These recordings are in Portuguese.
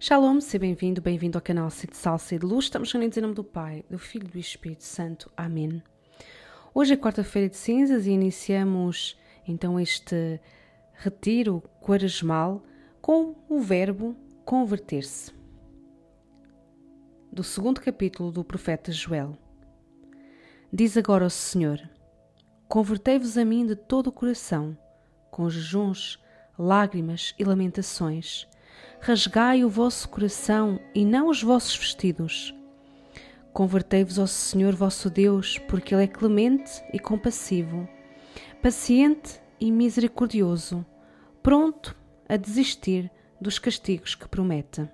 Shalom, seja bem-vindo, bem-vindo ao canal de Salsa e de Luz. Estamos reunidos em nome do Pai, do Filho e do Espírito Santo. Amém. Hoje é quarta-feira de cinzas e iniciamos então este retiro quaresmal com o verbo converter-se. Do segundo capítulo do profeta Joel. Diz agora o Senhor: convertei-vos a mim de todo o coração, com jejuns, lágrimas e lamentações. Rasgai o vosso coração e não os vossos vestidos. Convertei-vos ao Senhor vosso Deus, porque Ele é clemente e compassivo, paciente e misericordioso, pronto a desistir dos castigos que promete.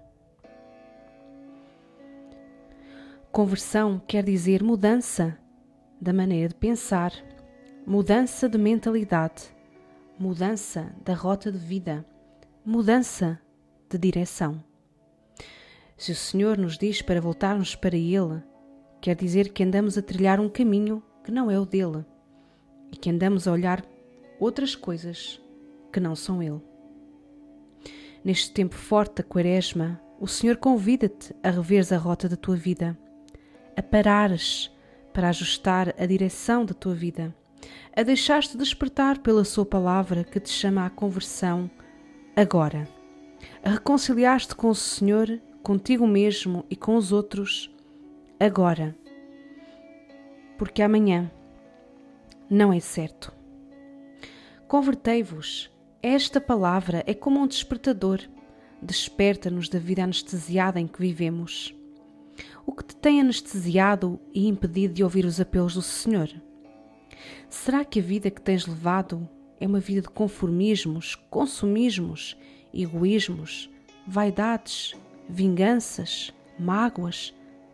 Conversão quer dizer mudança da maneira de pensar, mudança de mentalidade, mudança da rota de vida, mudança de direção. Se o Senhor nos diz para voltarmos para Ele, quer dizer que andamos a trilhar um caminho que não é o dele e que andamos a olhar outras coisas que não são Ele. Neste tempo forte da Quaresma, o Senhor convida-te a reveres a rota da tua vida, a parares para ajustar a direção da tua vida, a deixar-te despertar pela sua palavra que te chama à conversão agora. A reconciliar-te com o Senhor, contigo mesmo e com os outros, agora. Porque amanhã não é certo. Convertei-vos. Esta palavra é como um despertador. Desperta-nos da vida anestesiada em que vivemos. O que te tem anestesiado e impedido de ouvir os apelos do Senhor? Será que a vida que tens levado é uma vida de conformismos, consumismos, egoísmos, vaidades, vinganças, mágoas,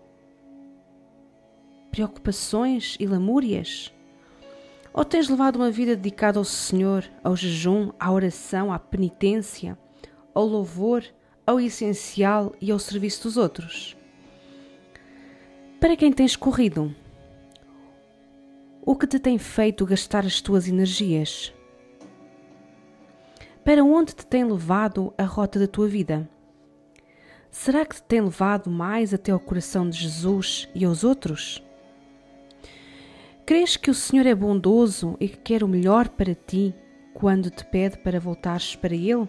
preocupações e lamúrias? Ou tens levado uma vida dedicada ao Senhor, ao jejum, à oração, à penitência, ao louvor, ao essencial e ao serviço dos outros? Para quem tens corrido? O que te tem feito gastar as tuas energias? Para onde te tem levado a rota da tua vida? Será que te tem levado mais até ao coração de Jesus e aos outros? Crês que o Senhor é bondoso e que quer o melhor para ti quando te pede para voltares para Ele?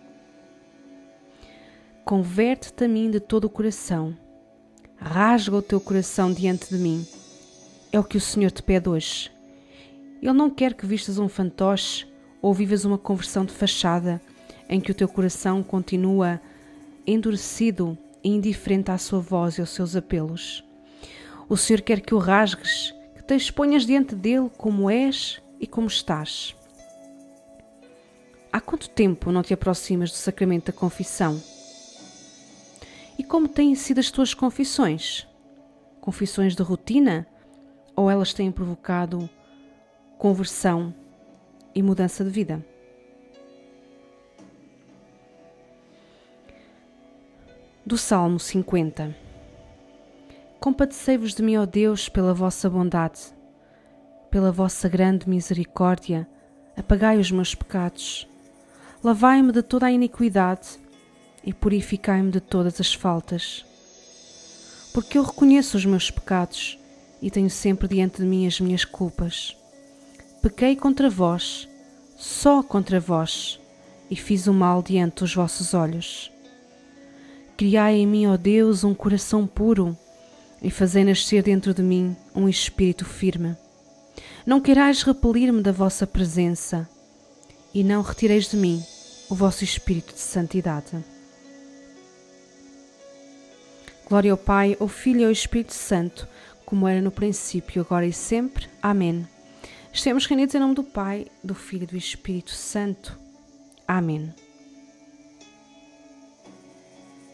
Converte-te a mim de todo o coração. Rasga o teu coração diante de mim. É o que o Senhor te pede hoje. Ele não quer que vistas um fantoche ou vivas uma conversão de fachada em que o teu coração continua endurecido e indiferente à sua voz e aos seus apelos. O Senhor quer que o rasgues, que te exponhas diante dele como és e como estás. Há quanto tempo não te aproximas do sacramento da confissão? E como têm sido as tuas confissões? Confissões de rotina? Ou elas têm provocado conversão e mudança de vida? Do Salmo 50. Compadecei-vos de mim, ó Deus, pela vossa bondade, pela vossa grande misericórdia, apagai os meus pecados, lavai-me de toda a iniquidade e purificai-me de todas as faltas. Porque eu reconheço os meus pecados e tenho sempre diante de mim as minhas culpas. Pequei contra vós, só contra vós, e fiz o mal diante dos vossos olhos. Criai em mim, ó Deus, um coração puro, e fazei nascer dentro de mim um espírito firme. Não queirais repelir-me da vossa presença, e não retireis de mim o vosso espírito de santidade. Glória ao Pai, ao Filho e ao Espírito Santo, como era no princípio, agora e sempre. Amém. Estamos reunidos em nome do Pai, do Filho e do Espírito Santo. Amém.